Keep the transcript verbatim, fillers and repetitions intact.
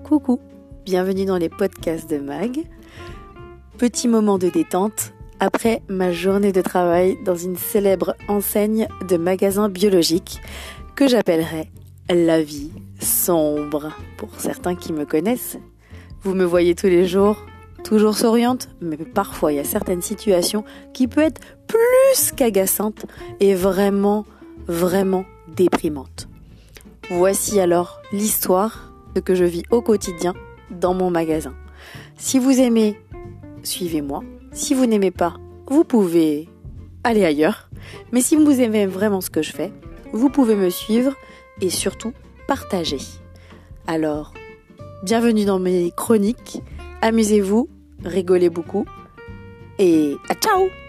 Coucou, bienvenue dans les podcasts de Mag. Petit moment de détente après ma journée de travail dans une célèbre enseigne de magasins biologiques que j'appellerais la vie sombre. Pour certains qui me connaissent, vous me voyez tous les jours, toujours souriante, mais parfois il y a certaines situations qui peuvent être plus qu'agaçantes et vraiment, vraiment déprimantes. Voici alors l'histoire de ce que je vis au quotidien dans mon magasin. Si vous aimez, suivez-moi. Si vous n'aimez pas, vous pouvez aller ailleurs. Mais si vous aimez vraiment ce que je fais, vous pouvez me suivre et surtout partager. Alors, bienvenue dans mes chroniques. Amusez-vous, rigolez beaucoup et à ciao!